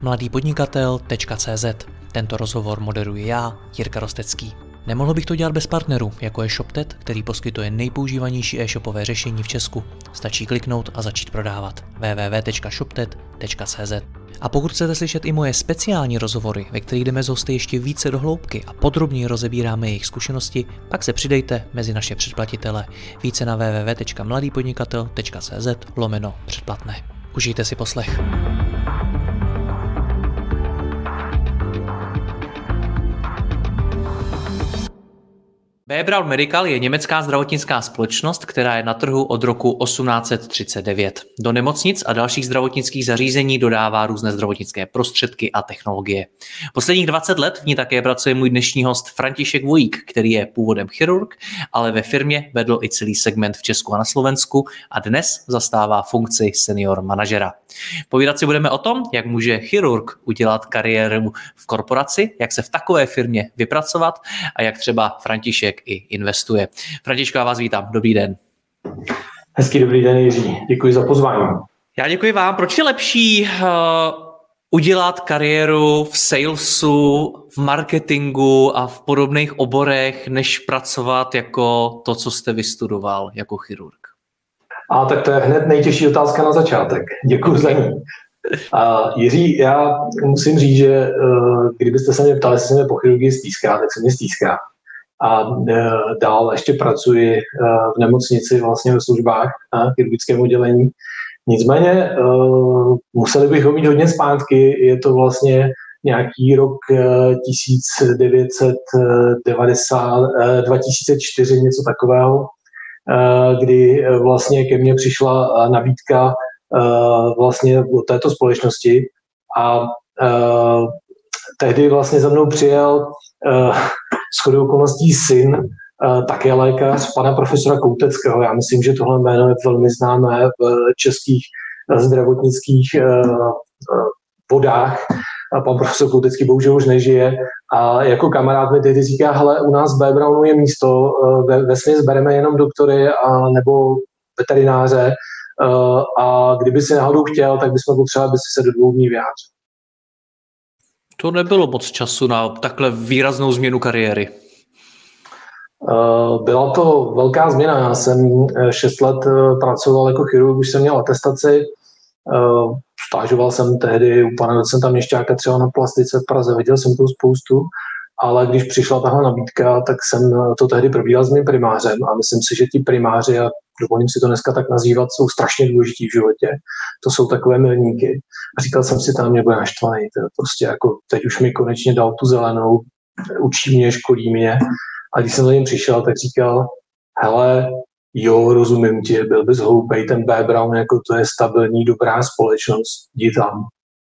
mladýpodnikatel.cz. Tento rozhovor moderuji já, Jirka Rostecký. Nemohl bych to dělat bez partnerů, jako je ShopTet, který poskytuje nejpoužívanější e-shopové řešení v Česku. Stačí kliknout a začít prodávat. www.shoptet.cz. A pokud chcete slyšet i moje speciální rozhovory, ve kterých jdeme z hosty ještě více do hloubky a podrobněji rozebíráme jejich zkušenosti, pak se přidejte mezi naše předplatitele. Více na www.mladýpodnikatel.cz/předplatné. Užijte si poslech. B. Braun Medical je německá zdravotnická společnost, která je na trhu od roku 1839. Do nemocnic a dalších zdravotnických zařízení dodává různé zdravotnické prostředky a technologie. Posledních 20 let v ní také pracuje můj dnešní host František Vojík, který je původem chirurg, ale ve firmě vedl i celý segment v Česku a na Slovensku a dnes zastává funkci senior manažera. Povídat si budeme o tom, jak může chirurg udělat kariéru v korporaci, jak se v takové firmě vypracovat a jak třeba František i investuje. Františko, já vás vítám. Dobrý den. Hezký dobrý den, Jiří. Děkuji za pozvání. Já děkuji vám. Proč je lepší udělat kariéru v salesu, v marketingu a v podobných oborech, než pracovat jako to, co jste vystudoval jako chirurg? A tak to je hned nejtěžší otázka na začátek. Děkuji za ní. Jiří, já musím říct, že kdybyste se mě ptali, jestli se mě po chirurgii stýská, tak se mě stýská. A dál ještě pracuji v nemocnici vlastně ve službách na chirurgickém oddělení. Nicméně museli bych ho mít hodně zpátky, je to vlastně nějaký rok 1990, 2004, něco takového, kdy vlastně ke mně přišla nabídka vlastně od této společnosti a tehdy vlastně za mnou přijel shodou okolností syn, také lékař, pana profesora Kouteckého. Já myslím, že tohle jméno je velmi známé v českých zdravotnických vodách. Pan profesor Koutecký bohužel už nežije. A jako kamarád mi tehdy říká, hele, u nás v B. Braunu je místo, vesměs bereme jenom doktory a nebo veterináře a kdyby si náhodou chtěl, tak bychom potřebovali, aby si se do 2 dní vyjádřil. To nebylo moc času na takhle výraznou změnu kariéry. Byla to velká změna. Já jsem 6 let pracoval jako chirurg, už jsem měl atestaci. Stážoval jsem tehdy u pana docenta Měšťáka třeba na plastice v Praze, viděl jsem toho spoustu, ale když přišla tahle nabídka, tak jsem to tehdy probíral s mým primářem a myslím si, že ti primáři, a dovolím si to dneska tak nazývat, jsou strašně důležití v životě. To jsou takové milníky. A říkal jsem si, tam mě bude naštvaný. Prostě jako teď už mi konečně dal tu zelenou, učí mě, školí mě. A když jsem za ním přišel, tak říkal, hele, jo, rozumím ti, byl bys hloupej, ten B. Braun, jako to je stabilní, dobrá společnost, jdi tam.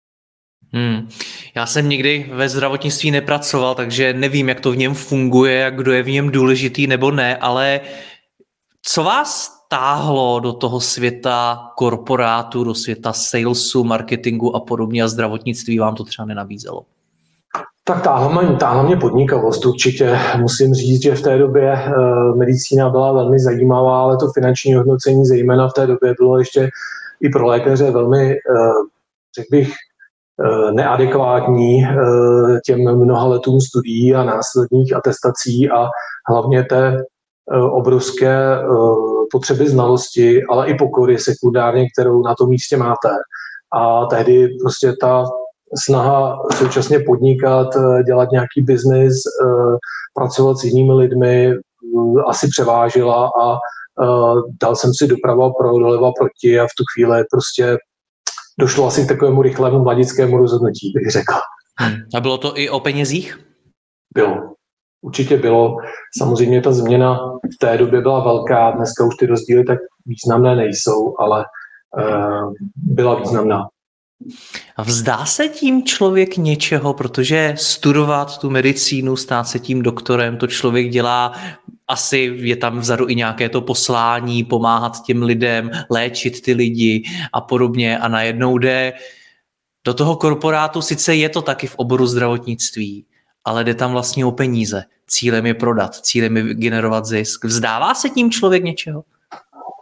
Já jsem nikdy ve zdravotnictví nepracoval, takže nevím, jak to v něm funguje, kdo je v něm důležitý nebo ne, ale co vás táhlo do toho světa korporátu, do světa salesu, marketingu a podobně a zdravotnictví vám to třeba nenabízelo? Tak táhla mě podnikavost určitě. Musím říct, že v té době medicína byla velmi zajímavá, ale to finanční hodnocení zejména v té době bylo ještě i pro lékaře velmi, řekl bych, neadekvátní těm mnoha letům studií a následných atestací a hlavně té obrovské potřeby znalosti, ale i pokory sekundárně, kterou na tom místě máte. A tehdy prostě ta snaha současně podnikat, dělat nějaký biznis, pracovat s jinými lidmi asi převážila a dal jsem si doprava doleva proti a v tu chvíli prostě došlo asi k takovému rychlému mladickému rozhodnutí, bych řekl. A bylo to i o penězích? Bylo. Určitě bylo. Samozřejmě ta změna v té době byla velká, dneska už ty rozdíly tak významné nejsou, ale byla významná. A vzdá se tím člověk něčeho, protože studovat tu medicínu, stát se tím doktorem, to člověk dělá, asi je tam vzadu i nějaké to poslání, pomáhat těm lidem, léčit ty lidi a podobně a najednou jde do toho korporátu, sice je to taky v oboru zdravotnictví, ale jde tam vlastně o peníze. Cílem je prodat, cílem je generovat zisk. Vzdává se tím člověk něčeho?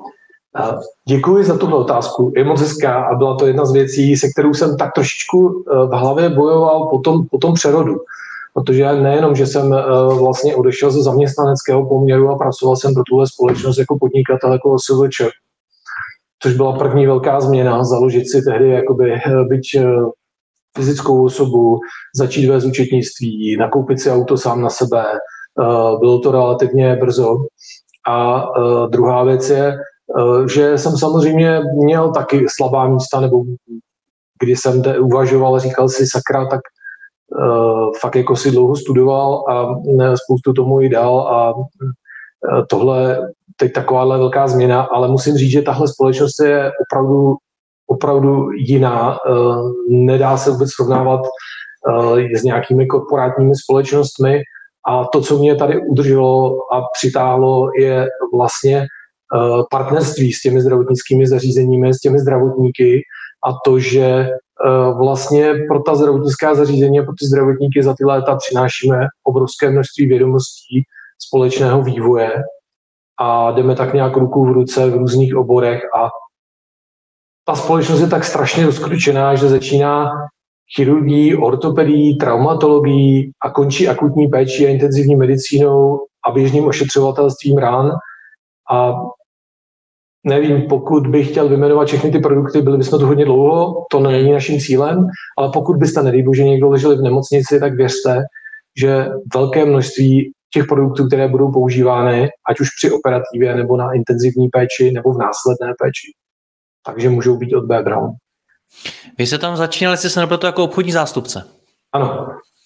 Děkuji za tuhle otázku. Je moc hezká a byla to jedna z věcí, se kterou jsem tak trošičku v hlavě bojoval po tom přerodu. Protože nejenom, že jsem vlastně odešel ze zaměstnaneckého poměru a pracoval jsem pro tuhle společnost jako podnikatel, jako OSVČ, což byla první velká změna, založit si tehdy jakoby byť fyzickou osobu, začít vést účetnictví, nakoupit si auto sám na sebe. Bylo to relativně brzo. A druhá věc je, že jsem samozřejmě měl taky slabá místa, nebo když jsem uvažoval, říkal si sakra, tak fakt jako si dlouho studoval a spoustu tomu i dal a tohle teď takováhle velká změna, ale musím říct, že tahle společnost je opravdu jiná. Nedá se vůbec srovnávat s nějakými korporátními společnostmi a to, co mě tady udrželo a přitáhlo, je vlastně partnerství s těmi zdravotnickými zařízeními, s těmi zdravotníky a to, že vlastně pro ta zdravotnická zařízení a pro ty zdravotníky za ty léta přinášíme obrovské množství vědomostí společného vývoje a jdeme tak nějak ruku v ruce v různých oborech a ta společnost je tak strašně rozkročená, že začíná chirurgií, ortopedií, traumatologií a končí akutní péčí a intenzivní medicínou a běžným ošetřovatelstvím rán. A nevím, pokud bych chtěl vyjmenovat všechny ty produkty, byli bychom tu hodně dlouho, to není naším cílem, ale pokud byste, nedej bože, někdo leželi v nemocnici, tak věřte, že velké množství těch produktů, které budou používány, ať už při operativě, nebo na intenzivní péči, nebo v následné péči, takže můžou být od B. Braun. Vy jste tam začínali, jestli se nepletu, jako obchodní zástupce. Ano.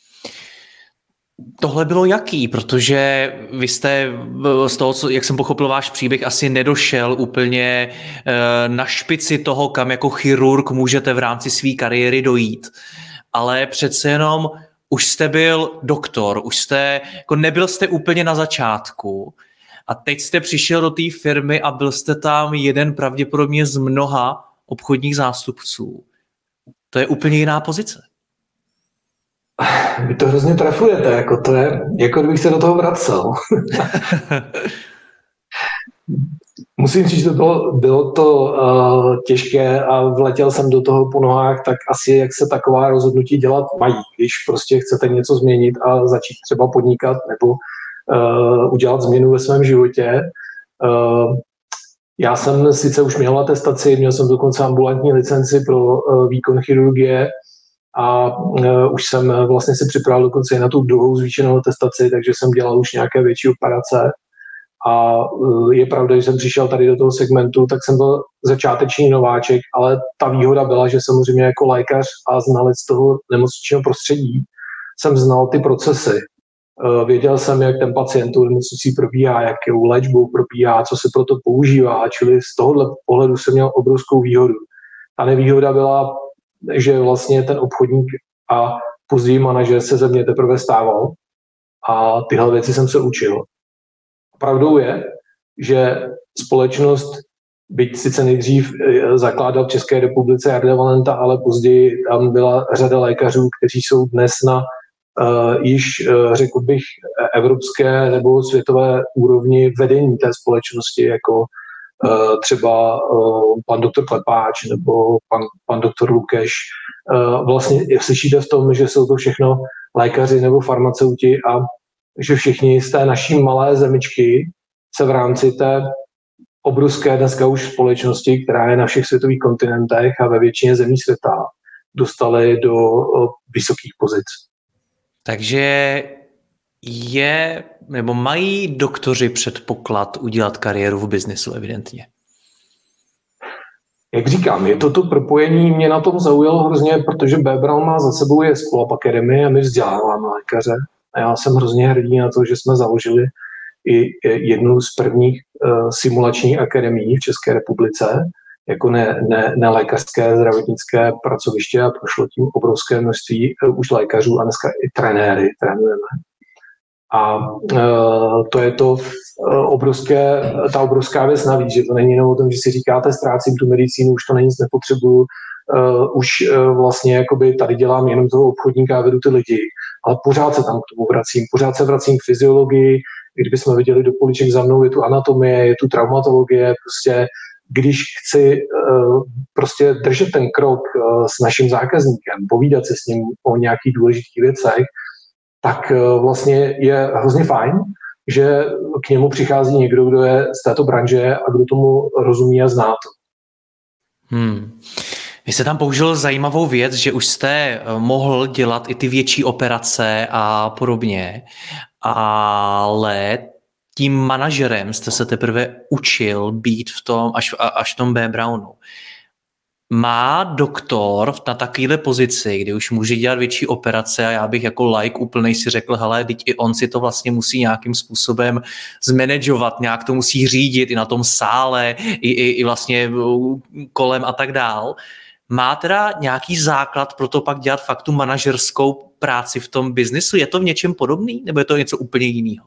Tohle bylo jaký? Protože vy jste z toho, jak jsem pochopil váš příběh, asi nedošel úplně na špici toho, kam jako chirurg můžete v rámci své kariéry dojít. Ale přece jenom už jste byl doktor, už jste, jako nebyl jste úplně na začátku. A teď jste přišel do té firmy a byl jste tam jeden pravděpodobně z mnoha obchodních zástupců. To je úplně jiná pozice. Vy to hrozně trefujete, jako to je, jako kdybych se do toho vracel. Musím říct, že bylo to těžké a vletěl jsem do toho po nohách, tak asi jak se taková rozhodnutí dělat mají, když prostě chcete něco změnit a začít třeba podnikat nebo udělat změnu ve svém životě. Já jsem sice už měl atestaci, měl jsem dokonce ambulantní licenci pro výkon chirurgie a už jsem vlastně si připravil dokonce i na tu druhou zvýšenou atestaci, takže jsem dělal už nějaké větší operace. A je pravda, že jsem přišel tady do toho segmentu, tak jsem byl začáteční nováček, ale ta výhoda byla, že samozřejmě jako lékař a znalec toho nemocničního prostředí jsem znal ty procesy. Věděl jsem, jak ten pacient tu nemocnicí probíhá, jakou léčbou probíhá, co se pro to používá, čili z tohohle pohledu jsem měl obrovskou výhodu. A nevýhoda byla, že vlastně ten obchodník a později manažer se ze mě teprve stával a tyhle věci jsem se učil. Pravdou je, že společnost, byť sice nejdřív zakládal v České republice Jarda Valenta, ale později tam byla řada lékařů, kteří jsou dnes na již, řekl bych, evropské nebo světové úrovni vedení té společnosti, jako třeba pan doktor Klepáč nebo pan doktor Lukeš. Vlastně slyšíte v tom, že jsou to všechno lékaři nebo farmaceuti a že všichni z té naší malé zemičky se v rámci té obrovské dneska už společnosti, která je na všech světových kontinentech a ve většině zemí světa, dostali do vysokých pozic. Takže mají doktoři předpoklad udělat kariéru v biznesu evidentně? Jak říkám, je to propojení, mě na tom zaujalo hrozně, protože B. Braun má za sebou je School of Academy a my vzděláváme lékaře. A já jsem hrozně hrdý na to, že jsme založili i jednu z prvních simulačních akademií v České republice, jako nelékařské zdravotnické pracoviště a prošlo tím obrovské množství už lékařů a dneska i trenéry trénujeme. A to je ta obrovská věc navíc, že to není jenom o tom, že si říkáte, ztrácím tu medicínu, už to není, nic nepotřebuju, už vlastně jakoby tady dělám jenom toho obchodníka a vedu ty lidi, ale pořád se tam k tomu vracím, pořád se vracím k fyziologii, kdybychom viděli do poliček za mnou, je tu anatomie, je tu traumatologie, prostě když chci prostě držet ten krok s naším zákazníkem, povídat si s ním o nějakých důležitých věcech, tak vlastně je hrozně fajn, že k němu přichází někdo, kdo je z této branže a kdo tomu rozumí a zná to. Vy jste tam použil zajímavou věc, že už jste mohl dělat i ty větší operace a podobně, ale tím manažerem jste se teprve učil být v tom, až v tom B. Brownu. Má doktor na takovéhle pozici, kdy už může dělat větší operace a já bych jako laik úplnej si řekl, hele, teď i on si to vlastně musí nějakým způsobem zmanagovat, nějak to musí řídit i na tom sále, i vlastně kolem a tak dál. Má teda nějaký základ pro to pak dělat fakt tu manažerskou práci v tom biznisu? Je to v něčem podobný, nebo je to něco úplně jiného?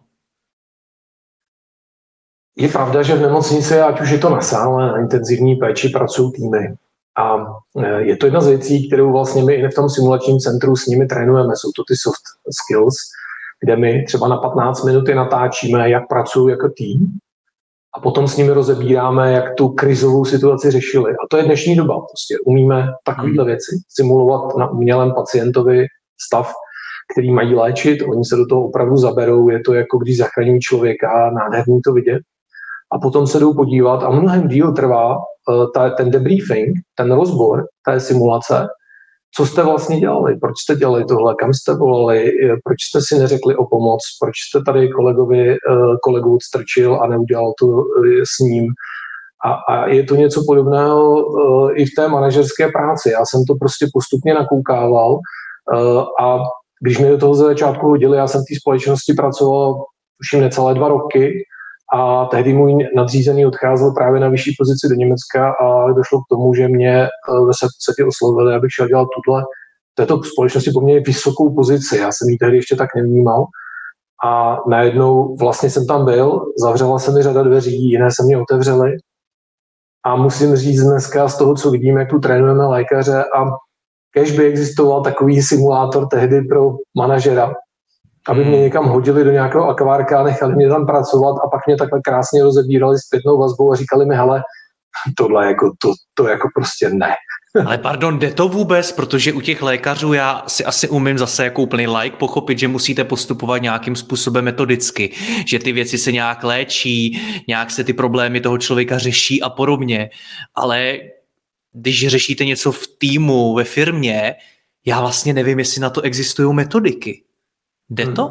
Je pravda, že v nemocnici, ať už je to na sále, na intenzivní péči, pracují týmy. A je to jedna z věcí, kterou vlastně my i v tom simulačním centru s nimi trénujeme. Jsou to ty soft skills, kde my třeba na 15 minut natáčíme, jak pracují jako tým a potom s nimi rozebíráme, jak tu krizovou situaci řešili. A to je dnešní doba. Prostě umíme takovéhle věci simulovat na umělém pacientovi stav, který mají léčit. Oni se do toho opravdu zaberou. Je to jako když zachraňují člověka, nádherný to vidět. A potom se jdou podívat a mnohem díl trvá ten debriefing, ten rozbor té simulace, co jste vlastně dělali, proč jste dělali tohle, kam jste volali, proč jste si neřekli o pomoc, proč jste tady kolegu odstrčil a neudělal to s ním. A je to něco podobného i v té manažerské práci. Já jsem to prostě postupně nakoukával a když mě do toho ze začátku hodili, já jsem v té společnosti pracoval už necelé 2 roky, a tehdy můj nadřízený odcházel právě na vyšší pozici do Německa a došlo k tomu, že mě ve podstatě oslovili, abych šel dělat tuhle této společnosti poměrně vysokou pozici. Já jsem ji tehdy ještě tak nevnímal. A najednou vlastně jsem tam byl, zavřela se mi řada dveří, jiné se mě otevřely. A musím říct dneska z toho, co vidím, jak tu trénujeme lékaře a kéž by existoval takový simulátor tehdy pro manažera, aby mě někam hodili do nějakého akvárka, nechali mě tam pracovat a pak mě takhle krásně rozebírali zpětnou vazbou a říkali mi, hele, tohle jako, to jako prostě ne. Ale pardon, jde to vůbec? Protože u těch lékařů já si asi umím zase jako úplný laik pochopit, že musíte postupovat nějakým způsobem metodicky, že ty věci se nějak léčí, nějak se ty problémy toho člověka řeší a podobně. Ale když řešíte něco v týmu, ve firmě, já vlastně nevím, jestli na to existují metodiky. Jde to?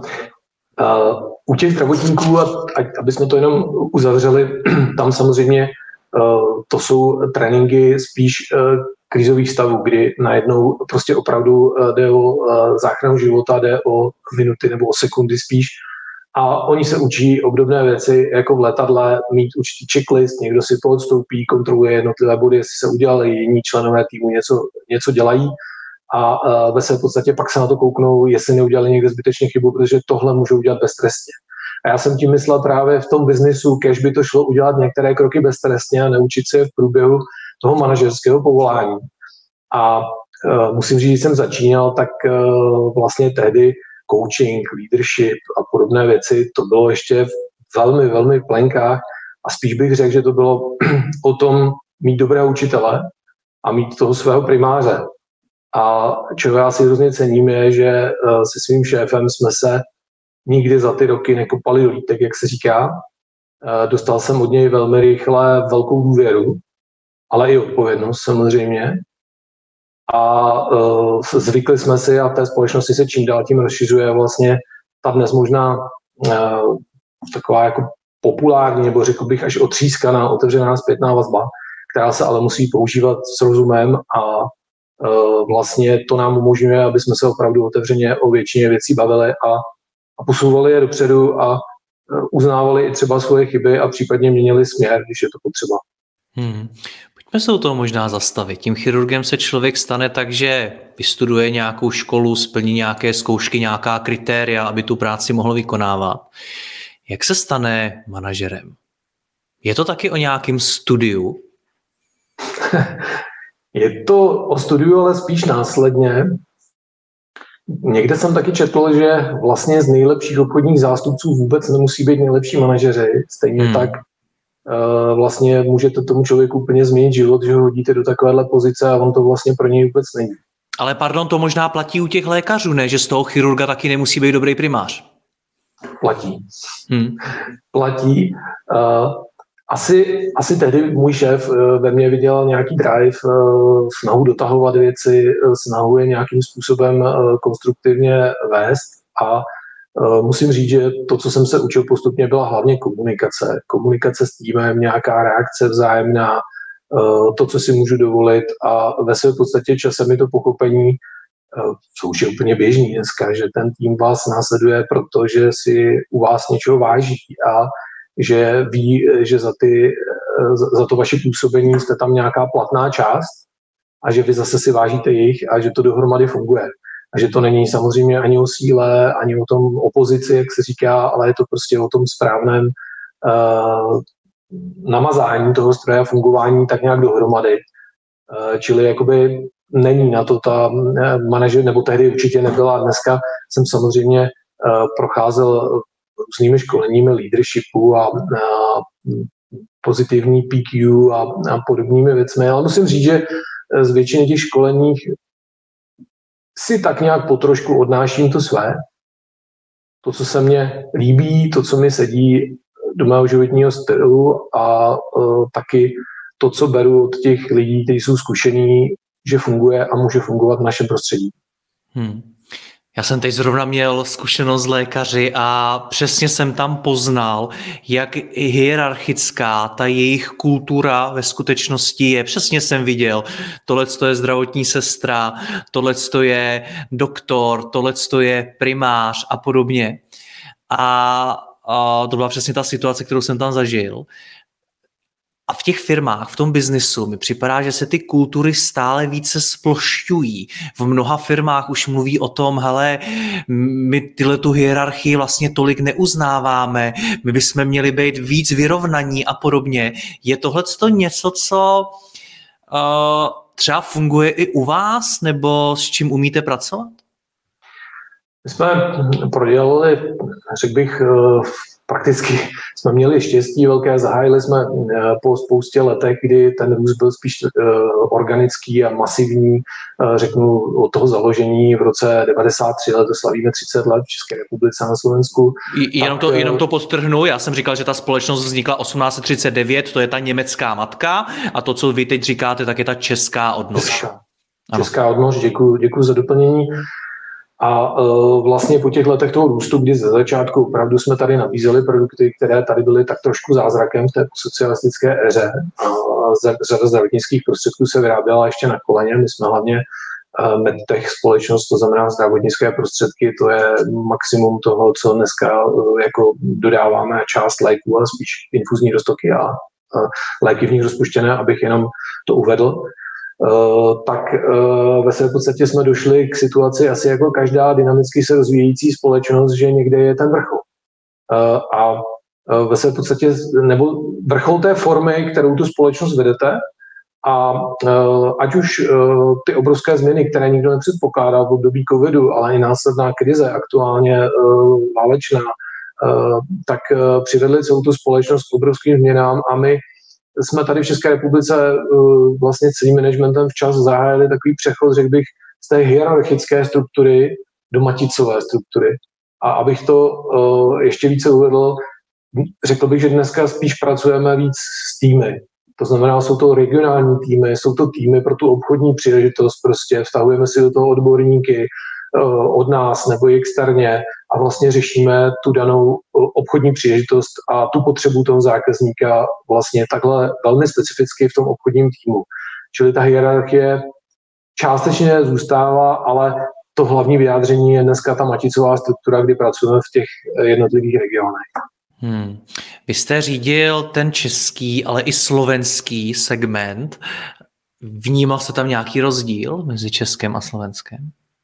U těch zdravotníků, aby jsme to jenom uzavřeli, tam samozřejmě to jsou tréninky spíš krizových stavů, kdy najednou prostě opravdu jde o záchranu života, jde o minuty nebo o sekundy spíš. A oni se učí obdobné věci, jako v letadle, mít určitý checklist, někdo si poodstoupí, kontroluje jednotlivé body, jestli se udělali, jiní členové týmu něco dělají. A ve své podstatě pak se na to kouknou, jestli neudělali někde zbytečně chybu, protože tohle můžou udělat beztrestně. A já jsem tím myslel právě v tom biznisu, kež by to šlo udělat některé kroky beztrestně a neučit se v průběhu toho manažerského povolání. A musím říct, že jsem začínal, tak vlastně tehdy coaching, leadership a podobné věci, to bylo ještě v velmi, velmi plenkách a spíš bych řekl, že to bylo o tom mít dobré učitele a mít toho svého primáře. A čeho já si hrozně cením je, že se svým šéfem jsme se nikdy za ty roky nekopali do lítek, jak se říká. Dostal jsem od něj velmi rychle velkou důvěru, ale i odpovědnost samozřejmě. A zvykli jsme si a v té společnosti se čím dál tím rozšiřuje vlastně ta dnes možná taková jako populární, nebo řekl bych až otřískaná, otevřená zpětná vazba, která se ale musí používat s rozumem a vlastně to nám umožňuje, aby jsme se opravdu otevřeně o většině věcí bavili a posouvali je dopředu a uznávali i třeba svoje chyby a případně měnili směr, když je to potřeba. Pojďme se u toho možná zastavit. Tím chirurgem se člověk stane tak, že vystuduje nějakou školu, splní nějaké zkoušky, nějaká kritéria, aby tu práci mohl vykonávat. Jak se stane manažerem? Je to taky o nějakém studiu? Je to o studiu, ale spíš následně. Někde jsem taky četl, že vlastně z nejlepších obchodních zástupců vůbec nemusí být nejlepší manažeři. Stejně tak vlastně můžete tomu člověku úplně změnit život, že ho hodíte do takovéhle pozice a on to vlastně pro něj vůbec není. Ale pardon, to možná platí u těch lékařů, ne? Že z toho chirurga taky nemusí být dobrý primář. Platí. Platí. Asi tehdy můj šéf ve mně viděl nějaký drive, snahu dotahovat věci, snahu je nějakým způsobem konstruktivně vést a musím říct, že to, co jsem se učil postupně, byla hlavně komunikace. Komunikace s týmem, nějaká reakce vzájemná, to, co si můžu dovolit a ve své podstatě časem je to pochopení, co už je úplně běžný dneska, že ten tým vás následuje, protože si u vás něčeho váží a že ví, že za to vaše působení jste tam nějaká platná část a že vy zase si vážíte jejich a že to dohromady funguje. A že to není samozřejmě ani o síle, ani o tom opozici, jak se říká, ale je to prostě o tom správném namazání toho stroje a fungování tak nějak dohromady. Čili jakoby není na to ta manažer, nebo tehdy určitě nebyla. Dneska jsem samozřejmě procházel různými školeními leadershipu a pozitivní PQ a podobnými věcmi, ale musím říct, že z většiny těch školeních si tak nějak potrošku odnáším to své. To, co se mně líbí, to, co mi sedí do mého životního stylu a taky to, co beru od těch lidí, kteří jsou zkušení, že funguje a může fungovat v našem prostředí. Já jsem teď zrovna měl zkušenost s lékaři a přesně jsem tam poznal, jak hierarchická ta jejich kultura ve skutečnosti je. Přesně jsem viděl, tohleto je zdravotní sestra, tohleto je doktor, tohleto je primář a podobně. A to byla přesně ta situace, kterou jsem tam zažil. A v těch firmách, v tom biznisu mi připadá, že se ty kultury stále více splošťují. V mnoha firmách už mluví o tom, hele, my tu hierarchii vlastně tolik neuznáváme, my bychom měli být víc vyrovnaní a podobně. Je tohleto něco, co třeba funguje i u vás, nebo s čím umíte pracovat? My jsme prodělali, řekl bych, prakticky jsme měli štěstí velké, zahájili jsme po spoustě letech, kdy ten růst byl spíš organický a masivní, řeknu od toho založení v roce 93 let, slavíme 30 let v České republice a na Slovensku. Jenom to podtrhnu, já jsem říkal, že ta společnost vznikla 1839, to je ta německá matka a to, co vy teď říkáte, tak je ta česká odnož. Česká odnož, děkuji za doplnění. A vlastně po těch letech toho růstu, kdy ze začátku opravdu jsme tady nabízeli produkty, které tady byly tak trošku zázrakem v té socialistické éře. Řada zdravotnických prostředků se vyráběla ještě na koleně. My jsme hlavně medtech společnost, to znamená zdravotnické prostředky, to je maximum toho, co dneska jako dodáváme, část léků, ale spíš infuzní roztoky a léky v nich rozpuštěné, abych jenom to uvedl. Tak ve své podstatě jsme došli k situaci asi jako každá dynamicky se rozvíjející společnost, že někde je ten vrchol. A ve své podstatě, nebo vrchol té formy, kterou tu společnost vedete, a ať už ty obrovské změny, které nikdo nepředpokládá v období covidu, ale i následná krize, aktuálně válečná, tak přivedly celou tu společnost k obrovským změnám a my jsme tady v České republice vlastně celým managementem včas zahájili takový přechod, řekl bych, z té hierarchické struktury do maticové struktury. A abych to ještě více uvedl, řekl bych, že dneska spíš pracujeme víc s týmy. To znamená, jsou to regionální týmy, jsou to týmy pro tu obchodní příležitost, prostě vztahujeme si do toho odborníky od nás nebo i externě a vlastně řešíme tu danou obchodní příležitost a tu potřebu toho zákazníka vlastně takhle velmi specificky v tom obchodním týmu. Čili ta hierarchie částečně zůstává, ale to hlavní vyjádření je dneska ta maticová struktura, kdy pracujeme v těch jednotlivých regionech. Vy jste řídil ten český, ale i slovenský segment. Vnímal jste tam nějaký rozdíl mezi Českem a Slovenskem?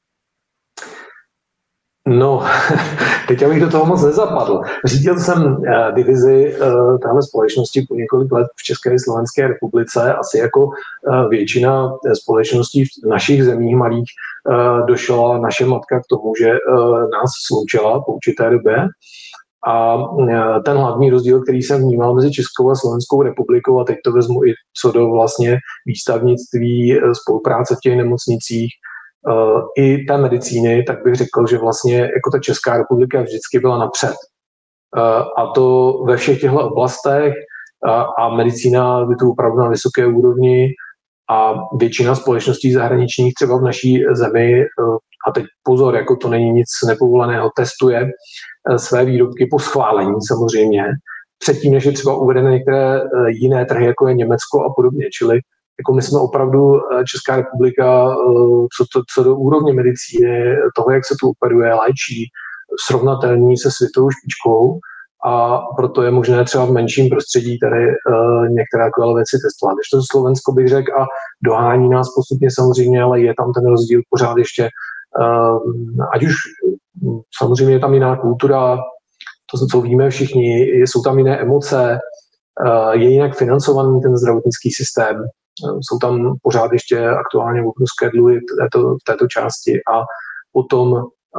No, teď abych do toho moc nezapadl. Řídil jsem divizi téhle společnosti po několik let v České a Slovenské republice. Asi jako většina společností v našich zemích malých došla naše matka k tomu, že nás sloučila po určité době. A ten hlavní rozdíl, který jsem vnímal mezi Českou a Slovenskou republikou, a teď to vezmu i co do vlastně výstavnictví, spolupráce v těch nemocnicích, i té medicíny, tak bych řekl, že vlastně jako ta Česká republika vždycky byla napřed. A to ve všech těchto oblastech a medicína by tu opravdu na vysoké úrovni a většina společností zahraničních třeba v naší zemi, a teď pozor, jako to není nic nepovoleného, testuje své výrobky po schválení samozřejmě, předtím, než je třeba uvedeny některé jiné trhy, jako je Německo a podobně. Čili jako my jsme opravdu Česká republika, co do úrovně medicíny, toho, jak se tu operuje, léčí, srovnatelní se světovou špičkou, a proto je možné třeba v menším prostředí tady některé takové věci testovat. Když to Slovensko bych řekl a dohání nás postupně samozřejmě, ale je tam ten rozdíl pořád ještě, ať už samozřejmě je tam jiná kultura, to, co víme všichni, jsou tam jiné emoce, je jinak financovaný ten zdravotnický systém, jsou tam pořád ještě aktuálně obrovské dluhy v této části a potom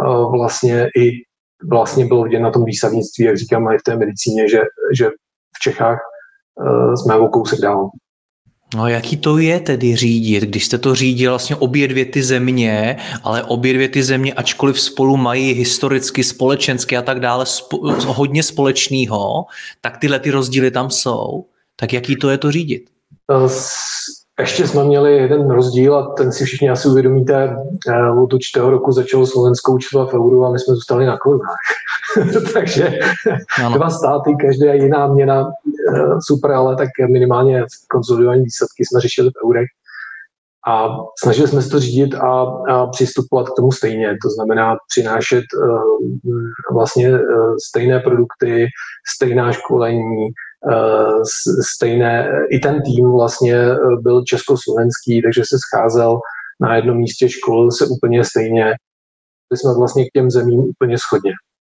vlastně bylo vidět na tom výsadnictví, jak říkám, i v té medicíně, že v Čechách jsme o kousek dál. No jaký to je tedy řídit, když jste to řídil vlastně obě dvě ty země, ale obě dvě ty země, ačkoliv spolu mají historicky, společensky a tak dále hodně společného, tak tyhle ty rozdíly tam jsou. Tak jaký to je to řídit? Ještě jsme měli jeden rozdíl a ten si všichni asi uvědomíte. Od určitého roku začalo Slovensko účtovat v euru a my jsme zůstali na korunách. Takže dva státy, každá jiná měna, super, ale tak minimálně v konsolidování výsledky jsme řešili v eurech. A snažili jsme se to řídit a přistupovat k tomu stejně. To znamená přinášet vlastně stejné produkty, stejná školení, stejné, i ten tým vlastně byl československý, takže se scházel na jednom místě, školil se úplně stejně. My jsme vlastně k těm zemím úplně shodně.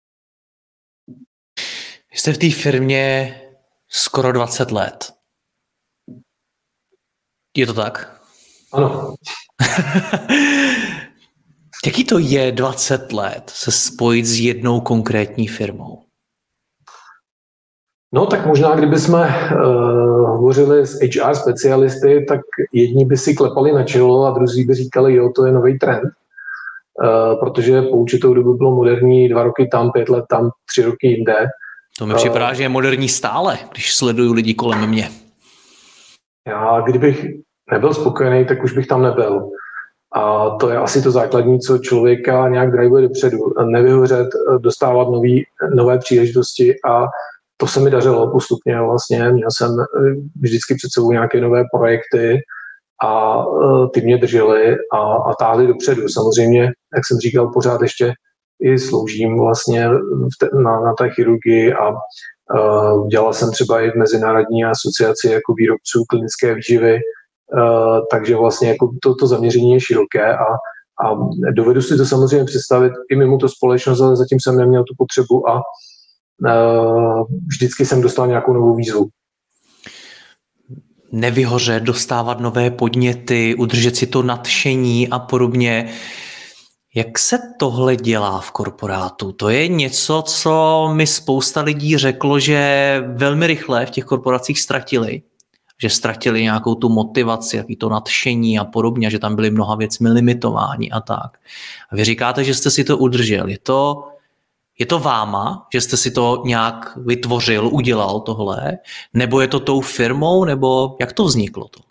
Jste v té firmě skoro 20 let. Je to tak? Ano. Jaký to je 20 let se spojit s jednou konkrétní firmou? No tak možná, kdyby jsme hovořili s HR specialisty, tak jedni by si klepali na čelo a druzí by říkali, jo, to je nový trend, protože po určitou dobu bylo moderní 2 roky tam, 5 let tam, 3 roky jinde. To mi připadá, že je moderní stále, když sleduju lidi kolem mě. Já kdybych nebyl spokojený, tak už bych tam nebyl. A to je asi to základní, co člověka nějak drivuje dopředu. Nevyhořet, dostávat nové příležitosti a to se mi dařilo postupně vlastně. Měl jsem vždycky před sebou nějaké nové projekty a ty mě držely a táhly dopředu. Samozřejmě, jak jsem říkal, pořád ještě i sloužím vlastně na té chirurgii a dělal jsem třeba i v Mezinárodní asociaci jako výrobců klinické výživy, takže vlastně jako to zaměření je široké a dovedu si to samozřejmě představit i mimo tu společnost, ale zatím jsem neměl tu potřebu a vždycky jsem dostal nějakou novou výzvu. Nevyhořet, dostávat nové podněty, udržet si to nadšení a podobně. Jak se tohle dělá v korporátu? To je něco, co mi spousta lidí řeklo, že velmi rychle v těch korporacích ztratili. Že ztratili nějakou tu motivaci, jaký to nadšení a podobně, že tam byly mnoha věcmi limitování a tak. A vy říkáte, že jste si to udržel. Je to váma, že jste si to nějak vytvořil, udělal tohle? Nebo je to tou firmou, nebo jak to vzniklo tohle?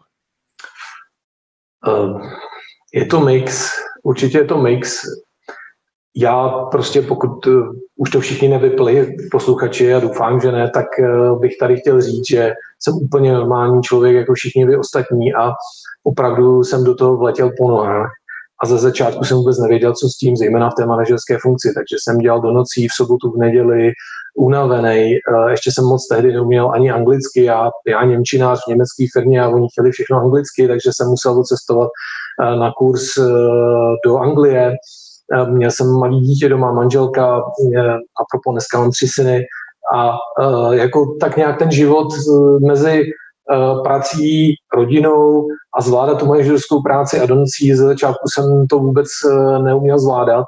Je to mix. Určitě je to mix. Já prostě, pokud už to všichni nevypli, posluchači, a doufám, že ne, tak bych tady chtěl říct, že jsem úplně normální člověk, jako všichni vy ostatní a opravdu jsem do toho vletěl po nohách. A ze začátku jsem vůbec nevěděl, co s tím, zejména v té manažerské funkci, takže jsem dělal do nocí, v sobotu, v neděli, unavenej, ještě jsem moc tehdy neuměl ani anglicky, já němčinář v německé firmě a oni chtěli všechno anglicky, takže jsem musel cestovat na kurz do Anglie. Měl jsem malý dítě doma, manželka, a propos dneska mám 3 syny a jako tak nějak ten život mezi prací, rodinou a zvládat tu manažerskou práci a do nocí ze začátku jsem to vůbec neuměl zvládat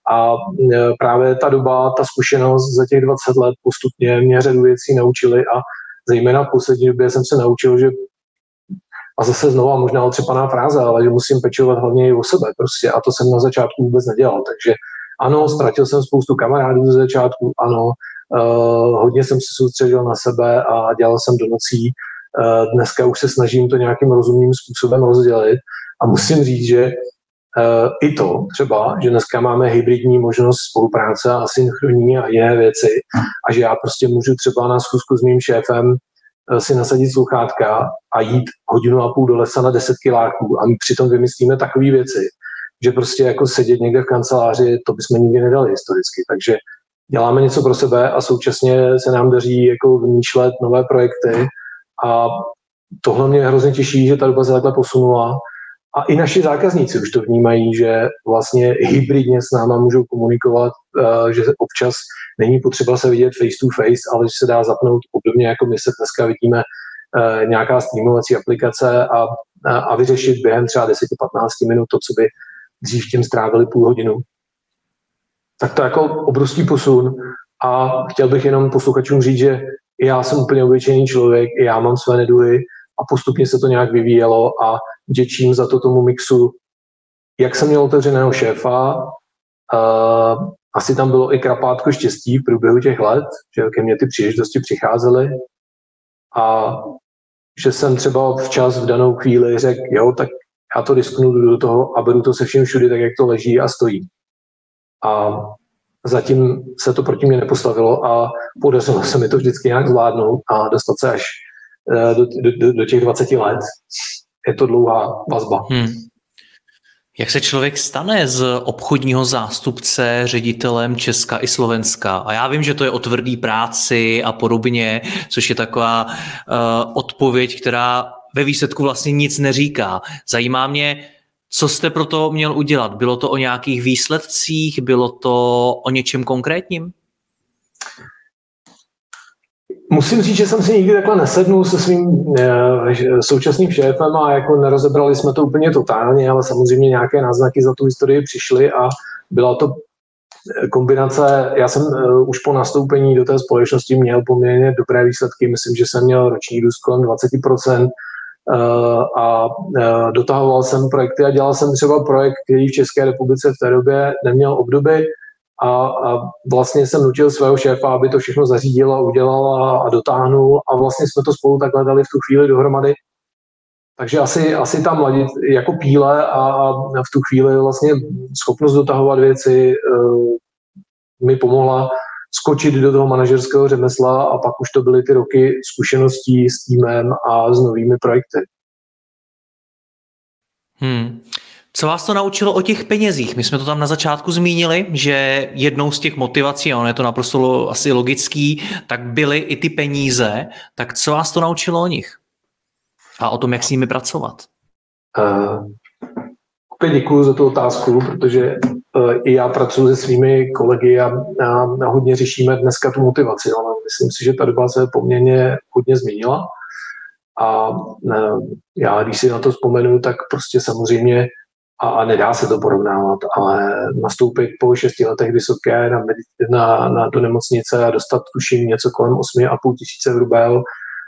A právě ta doba, ta zkušenost za těch 20 let postupně mě řadu věcí naučily a zejména v poslední době jsem se naučil, že a zase znova možná otřepaná fráze, ale že musím pečovat hlavně i o sebe prostě a to jsem na začátku vůbec nedělal, takže ano, ztratil jsem spoustu kamarádů ze začátku, ano, hodně jsem se soustředil na sebe a dělal jsem do nocí, dneska už se snažím to nějakým rozumným způsobem rozdělit a musím říct, že i to třeba, že dneska máme hybridní možnost spolupráce a asynchronní a jiné věci a že já prostě můžu třeba na schůzku s mým šéfem si nasadit sluchátka a jít 1,5 hodiny do lesa na 10 kiláků a my přitom vymyslíme takové věci, že prostě jako sedět někde v kanceláři, to bychom nikdy nedali historicky. Takže děláme něco pro sebe a současně se nám daří jako vymýšlet nové projekty a tohle mě hrozně těší, že ta doba se takhle posunula a i naši zákazníci už to vnímají, že vlastně hybridně s náma můžou komunikovat, že občas není potřeba se vidět face to face, ale že se dá zapnout obdobně jako my se dneska vidíme nějaká streamovací aplikace a vyřešit během třeba 10-15 minut to, co by dřív tím strávili půl hodinu. Tak to je jako obrovský posun a chtěl bych jenom posluchačům říct, že já jsem úplně obyčejný člověk, i já mám své neduhy a postupně se to nějak vyvíjelo a vděčím za to tomu mixu, jak jsem měl otevřeného šéfa, asi tam bylo i krapátko štěstí v průběhu těch let, že ke mně ty příležitosti přicházely a že jsem třeba včas v danou chvíli řekl, jo, tak já to risknu do toho a beru to se vším všudy, tak jak to leží a stojí. A zatím se to proti mě nepostavilo a podařilo se mi to vždycky nějak zvládnout a dostat se až do těch 20 let. Je to dlouhá vazba. Jak se člověk stane z obchodního zástupce ředitelem Česka i Slovenska? A já vím, že to je o tvrdý práci a podobně, což je taková odpověď, která ve výsledku vlastně nic neříká. Zajímá mě, co jste pro to měl udělat? Bylo to o nějakých výsledcích? Bylo to o něčem konkrétním? Musím říct, že jsem si nikdy takhle nesednul se svým současným šéfem a jako nerozebrali jsme to úplně totálně, ale samozřejmě nějaké náznaky za tu historii přišly a byla to kombinace, já jsem už po nastoupení do té společnosti měl poměrně dobré výsledky, myslím, že jsem měl roční růst kolem 20% a dotahoval jsem projekty a dělal jsem třeba projekt, který v České republice v té době neměl obdoby a vlastně jsem nutil svého šéfa, aby to všechno zařídil a udělal a dotáhnul a vlastně jsme to spolu takhle dali v tu chvíli dohromady. Takže asi tam ladit jako píle a v tu chvíli vlastně schopnost dotahovat věci mi pomohla skočit do toho manažerského řemesla a pak už to byly ty roky zkušeností s týmem a s novými projekty. Co vás to naučilo o těch penězích? My jsme to tam na začátku zmínili, že jednou z těch motivací, a ono je to naprosto asi logický, tak byly i ty peníze. Tak co vás to naučilo o nich? A o tom, jak s nimi pracovat? Opět děkuju za tu otázku, protože i já pracuji se svými kolegy a hodně řešíme dneska tu motivaci. Ale myslím si, že ta doba se poměrně hodně změnila. A já, když si na to vzpomenu, tak prostě samozřejmě a nedá se to porovnávat, ale nastoupit po 6 letech vysoké do nemocnice a dostat tuším něco kolem 8,5 tisíce hrubého,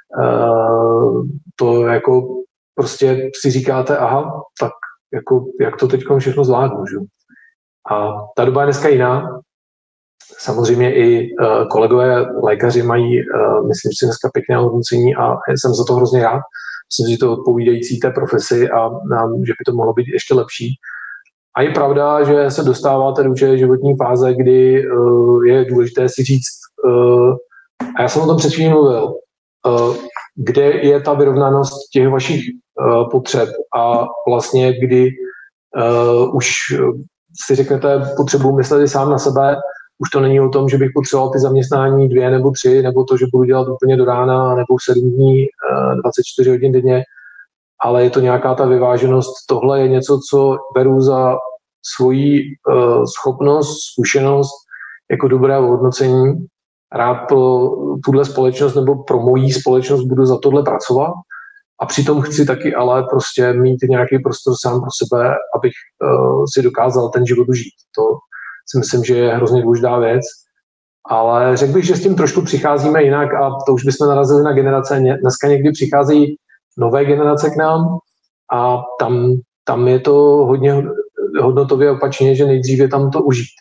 to jako prostě si říkáte, aha, tak jako, jak to teď všechno zvládnu, že? A ta doba je dneska jiná. Samozřejmě i kolegové lékaři mají, myslím si, dneska pěkné hodnocení a jsem za to hrozně rád. Myslím, že to je odpovídající té profesi a že by to mohlo být ještě lepší. A je pravda, že se dostáváte do určité životní fáze, kdy je důležité si říct, a já jsem o tom před chvílí mluvil, kde je ta vyrovnanost těch vašich potřeb a vlastně kdy už si řeknete, potřebuji myslet i sám na sebe, už to není o tom, že bych potřeboval ty zaměstnání 2 nebo 3, nebo to, že budu dělat úplně do rána, nebo 7 dní, 24 hodin denně, ale je to nějaká ta vyváženost. Tohle je něco, co beru za svoji schopnost, zkušenost, jako dobré hodnocení. Rád pro tuhle společnost nebo pro mojí společnost budu za tohle pracovat a přitom chci taky ale prostě mít nějaký prostor sám pro sebe, abych si dokázal ten život užít. si myslím, že je hrozně důležitá věc. Ale řekl bych, že s tím trošku přicházíme jinak a to už bychom narazili na generace. Dneska někdy přicházejí nové generace k nám a tam je to hodně hodnotově opačně, že nejdřív je tam to užít.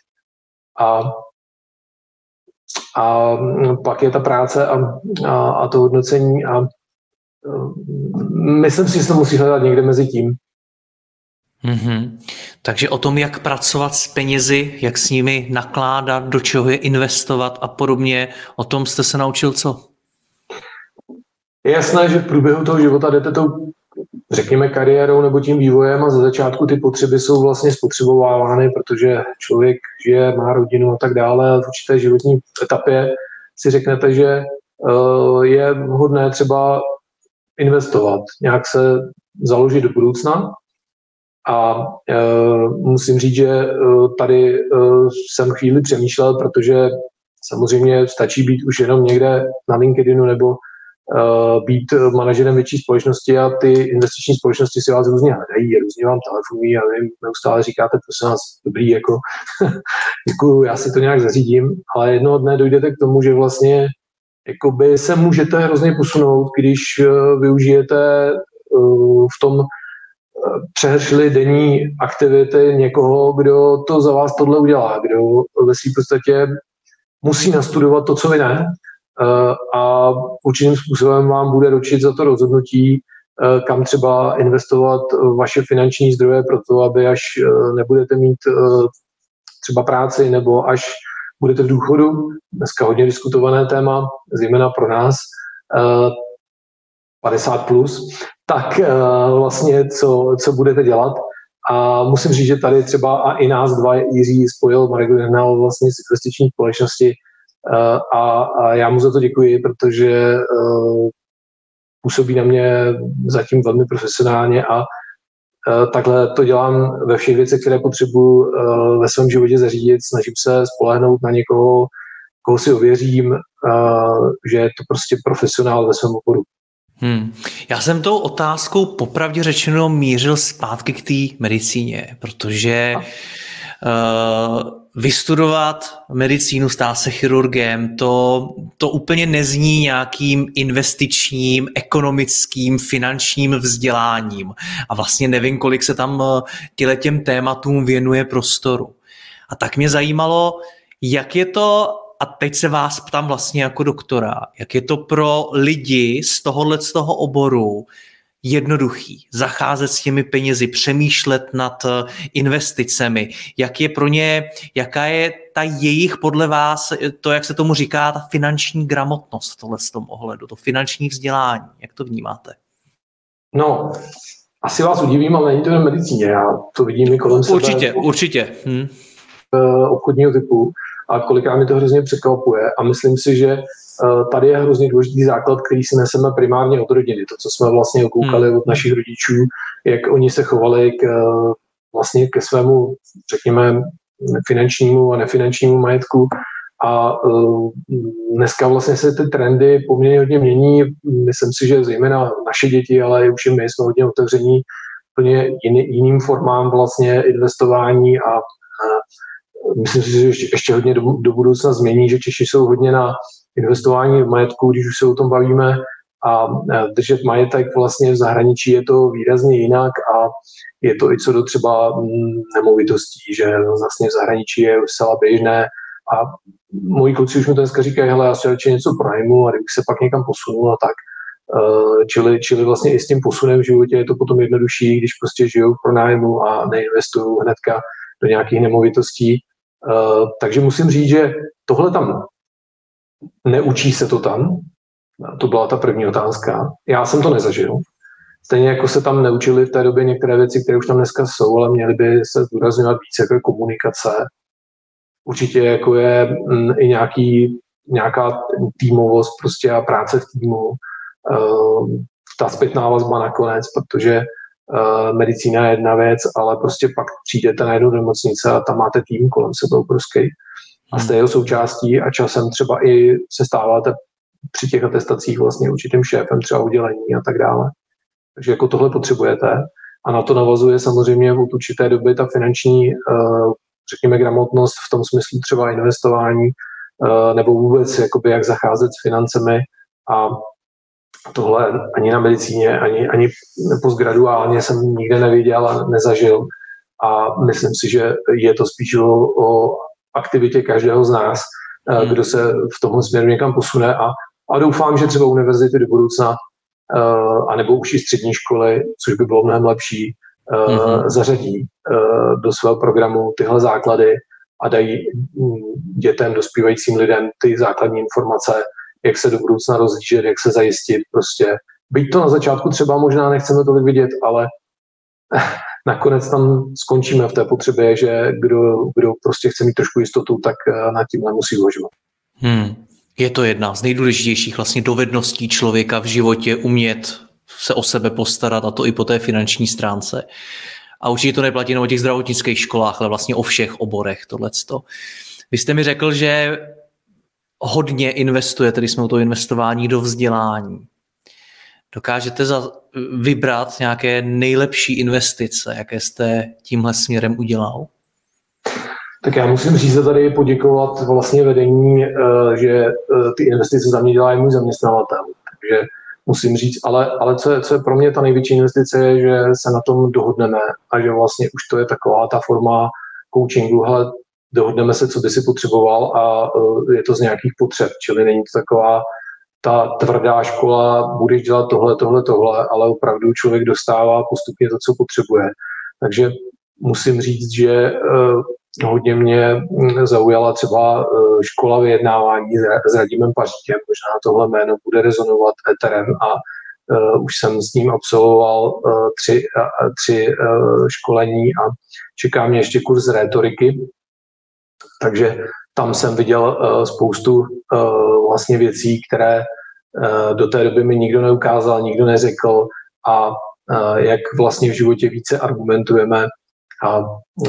A pak je ta práce a to hodnocení a myslím si, že se to musí hledat někde mezi tím. Mm-hmm. Takže o tom, jak pracovat s penězi, jak s nimi nakládat, do čeho je investovat a podobně, o tom jste se naučil co? Je jasné, že v průběhu toho života jdete tou, řekněme, kariérou nebo tím vývojem a za začátku ty potřeby jsou vlastně spotřebovávány, protože člověk žije, má rodinu a tak dále a v určité životní etapě si řeknete, že je vhodné třeba investovat, nějak se založit do budoucna. A musím říct, že tady jsem chvíli přemýšlel, protože samozřejmě stačí být už jenom někde na LinkedInu nebo být manažerem větší společnosti a ty investiční společnosti si vás různě hledají, různě vám telefonují a vy neustále říkáte, prosím vás, dobrý, jako děkuju, já si to nějak zařídím, ale jednoho dne dojdete k tomu, že vlastně jakoby se můžete hrozně posunout, když využijete v tom přehršli denní aktivity někoho, kdo to za vás tohle udělá, kdo ve své podstatě musí nastudovat to, co vy ne, a určitým způsobem vám bude ručit za to rozhodnutí, kam třeba investovat vaše finanční zdroje pro to, aby až nebudete mít třeba práci nebo až budete v důchodu, dneska hodně diskutované téma, zejména pro nás, 50 plus, tak vlastně co budete dělat. A musím říct, že tady třeba a i nás dva Jiří spojil Marek Dohnal vlastně z investiční společnosti a já mu za to děkuji, protože působí na mě zatím velmi profesionálně a takhle to dělám ve všech věcech, které potřebuji ve svém životě zařídit. Snažím se spolehnout na někoho, koho si ověřím, že je to prostě profesionál ve svém oboru. Já jsem tou otázkou popravdě řečeno mířil zpátky k té medicíně, protože vystudovat medicínu, stát se chirurgem, to úplně nezní nějakým investičním, ekonomickým, finančním vzděláním. A vlastně nevím, kolik se tam těm tématům věnuje prostoru. A tak mě zajímalo, jak je to, a teď se vás ptám vlastně jako doktora, jak je to pro lidi z toho oboru jednoduchý zacházet s těmi penězi, přemýšlet nad investicemi, jak je pro ně, jaká je ta jejich podle vás, to, jak se tomu říká, ta finanční gramotnost v tom ohledu, to finanční vzdělání, jak to vnímáte? No, asi vás udivím, ale není to jen medicíně, já to vidím i kolem sebe. Určitě. Obchodního typu a kolikrát mi to hrozně překvapuje a myslím si, že tady je hrozně důležitý základ, který si neseme primárně od rodiny. To, co jsme vlastně okoukali od našich rodičů, jak oni se chovali vlastně ke svému, řekněme, finančnímu a nefinančnímu majetku. A dneska vlastně se ty trendy poměrně hodně mění. Myslím si, že zejména naše děti, ale už i my jsme hodně otevření úplně jiným formám vlastně investování a myslím si, že ještě hodně do budoucna změní, že Češi jsou hodně na investování v majetku, když už se o tom bavíme, a držet majetek vlastně v zahraničí je to výrazně jinak a je to i co do třeba nemovitostí, že vlastně v zahraničí je zcela běžné a moji kluci už mi to dneska říkají, hele, já si radši něco pronajmu a kdybych se pak někam posunul a tak. Čili vlastně i s tím posunem v životě je to potom jednodušší, když prostě žiju v pronájmu a neinvestuju hnedka do nějakých nemovitostí. Takže musím říct, že tohle tam neučí se to tam. To byla ta první otázka. Já jsem to nezažil. Stejně jako se tam neučili v té době některé věci, které už tam dneska jsou, ale měly by se zdůrazňovat víc jako je komunikace. Určitě jako je i nějaká týmovost prostě a práce v týmu. Ta zpětná vazba nakonec, protože medicína je jedna věc, ale prostě pak přijdete na jednu nemocnice a tam máte tým kolem sebe obrovský a jste jeho součástí a časem třeba i se stáváte při těch atestacích vlastně určitým šéfem třeba udělení a tak dále. Takže jako tohle potřebujete a na to navazuje samozřejmě od určité doby ta finanční, řekněme, gramotnost v tom smyslu třeba investování nebo vůbec jakoby, jak zacházet s financemi a tohle ani na medicíně, ani postgraduálně jsem nikde neviděl a nezažil a myslím si, že je to spíš o aktivitě každého z nás, kdo se v tomhle směru někam posune a doufám, že třeba univerzity do budoucna anebo už i střední školy, což by bylo mnohem lepší, zařadí do svého programu tyhle základy a dají dětem, dospívajícím lidem ty základní informace, jak se do budoucna rozlížet, jak se zajistit prostě. Byť to na začátku třeba možná nechceme tolik vidět, ale nakonec tam skončíme v té potřebě, že kdo prostě chce mít trošku jistotu, tak nad tím nemusí uvažovat. Je to jedna z nejdůležitějších vlastně dovedností člověka v životě umět se o sebe postarat, a to i po té finanční stránce. A určitě to neplatí jenom o těch zdravotnických školách, ale vlastně o všech oborech tohleto. Vy jste mi řekl, že hodně investujete, když jsme u toho investování, do vzdělání. Dokážete vybrat nějaké nejlepší investice, jaké jste tímhle směrem udělal? Tak já musím říct, že tady poděkovat vlastně vedení, že ty investice za mě dělá můj zaměstnavatel. Takže musím říct, ale co je pro mě ta největší investice, je, že se na tom dohodneme a že vlastně už to je taková ta forma coachingu, hele, dohodneme se, co by si potřeboval a je to z nějakých potřeb, čili není to taková ta tvrdá škola, budeš dělat tohle, ale opravdu člověk dostává postupně to, co potřebuje. Takže musím říct, že hodně mě zaujala třeba škola vyjednávání s Radimem Paříkem, možná tohle jméno bude rezonovat éterem a už jsem s ním absolvoval tři školení a čeká mě ještě kurz rétoriky, takže tam jsem viděl spoustu vlastně věcí, které do té doby mi nikdo neukázal, nikdo neřekl a jak vlastně v životě více argumentujeme a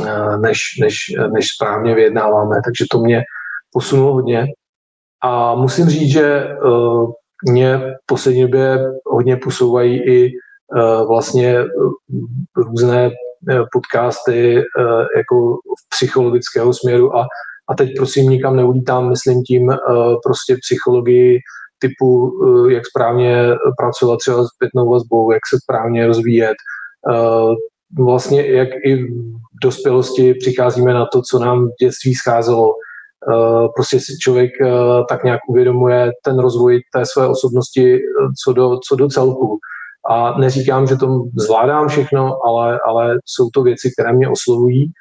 než správně vyjednáváme. Takže to mě posunulo hodně. A musím říct, že mě v poslední době hodně posouvají i vlastně různé podcasty jako v psychologického směru a teď prosím nikam neulítám, myslím tím prostě psychologii typu, jak správně pracovat třeba s zpětnou vazbou, jak se správně rozvíjet. Vlastně jak i v dospělosti přicházíme na to, co nám v dětství scházelo. Prostě si člověk tak nějak uvědomuje ten rozvoj té své osobnosti co do celku. A neříkám, že to zvládám všechno, ale jsou to věci, které mě oslovují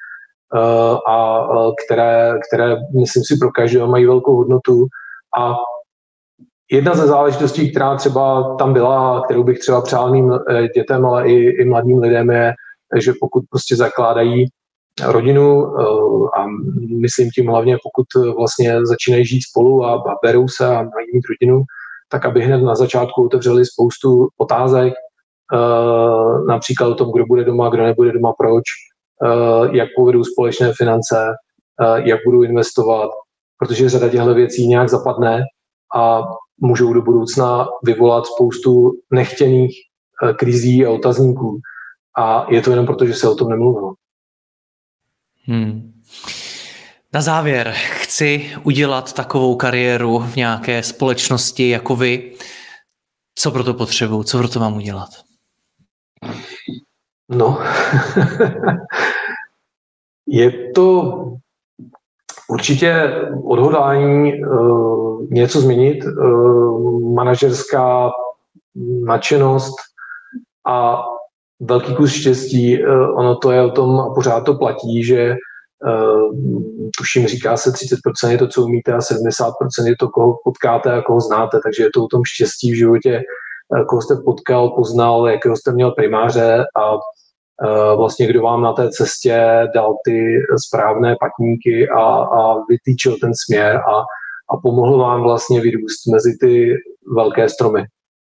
a které myslím si pro každého mají velkou hodnotu. A jedna ze záležitostí, která třeba tam byla, kterou bych třeba přál mým dětem, ale i mladým lidem je, že pokud prostě zakládají rodinu a myslím tím hlavně, pokud vlastně začínají žít spolu a berou se a mají mít rodinu, tak aby hned na začátku otevřeli spoustu otázek, například o tom, kdo bude doma, kdo nebude doma, proč, jak povedou společné finance, jak budou investovat, protože řada těchto věcí nějak zapadne a můžou do budoucna vyvolat spoustu nechtěných krizí a otazníků. A je to jenom proto, že se o tom nemluvilo. Na závěr chci udělat takovou kariéru v nějaké společnosti jako vy. Co pro to potřebuju? Co pro to mám udělat? No, je to určitě odhodlání něco změnit, manažerská nadšenost a velký kus štěstí. Ono to je o tom a pořád to platí, že tuším, říká se 30% je to, co umíte a 70% je to, koho potkáte a koho znáte, takže je to o tom štěstí v životě, koho jste potkal, poznal, jakého jste měl primáře a vlastně kdo vám na té cestě dal ty správné patníky a vytýčil ten směr a pomohl vám vlastně vyrůst mezi ty velké stromy.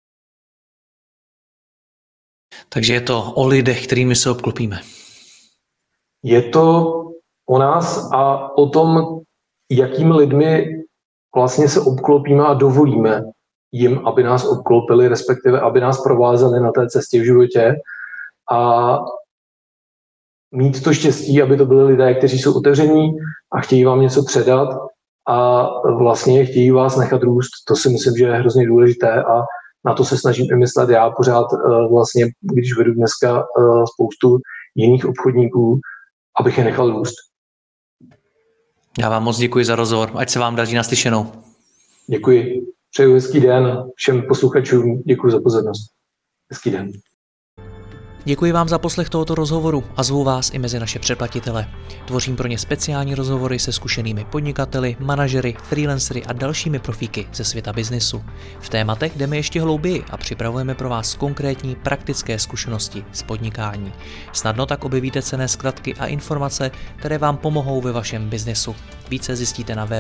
Takže je to o lidech, kterými se obklopíme. Je to o nás a o tom, jakými lidmi vlastně se obklopíme a dovolíme jim, aby nás obklopili, respektive aby nás provázeli na té cestě v životě. A mít to štěstí, aby to byli lidé, kteří jsou otevření a chtějí vám něco předat a vlastně chtějí vás nechat růst. To si myslím, že je hrozně důležité a na to se snažím i myslet já pořád vlastně, když vedu dneska spoustu jiných obchodníků, abych je nechal růst. Já vám moc děkuji za rozhovor, ať se vám daří, naslyšenou. Děkuji. Přeju hezký den všem posluchačům. Děkuji za pozornost. Hezký den. Děkuji vám za poslech tohoto rozhovoru a zvu vás i mezi naše předplatitele. Tvořím pro ně speciální rozhovory se zkušenými podnikateli, manažery, freelancery a dalšími profíky ze světa biznisu. V tématech jdeme ještě hlouběji a připravujeme pro vás konkrétní praktické zkušenosti z podnikání. Snadno tak objevíte cenné zkratky a informace, které vám pomohou ve vašem biznesu. Více zjistíte na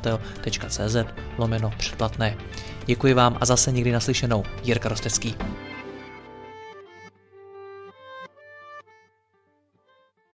www.mladýpodnikatel.cz/předplatné. Děkuji vám a zase někdy naslyšenou. Jirka Rostecký.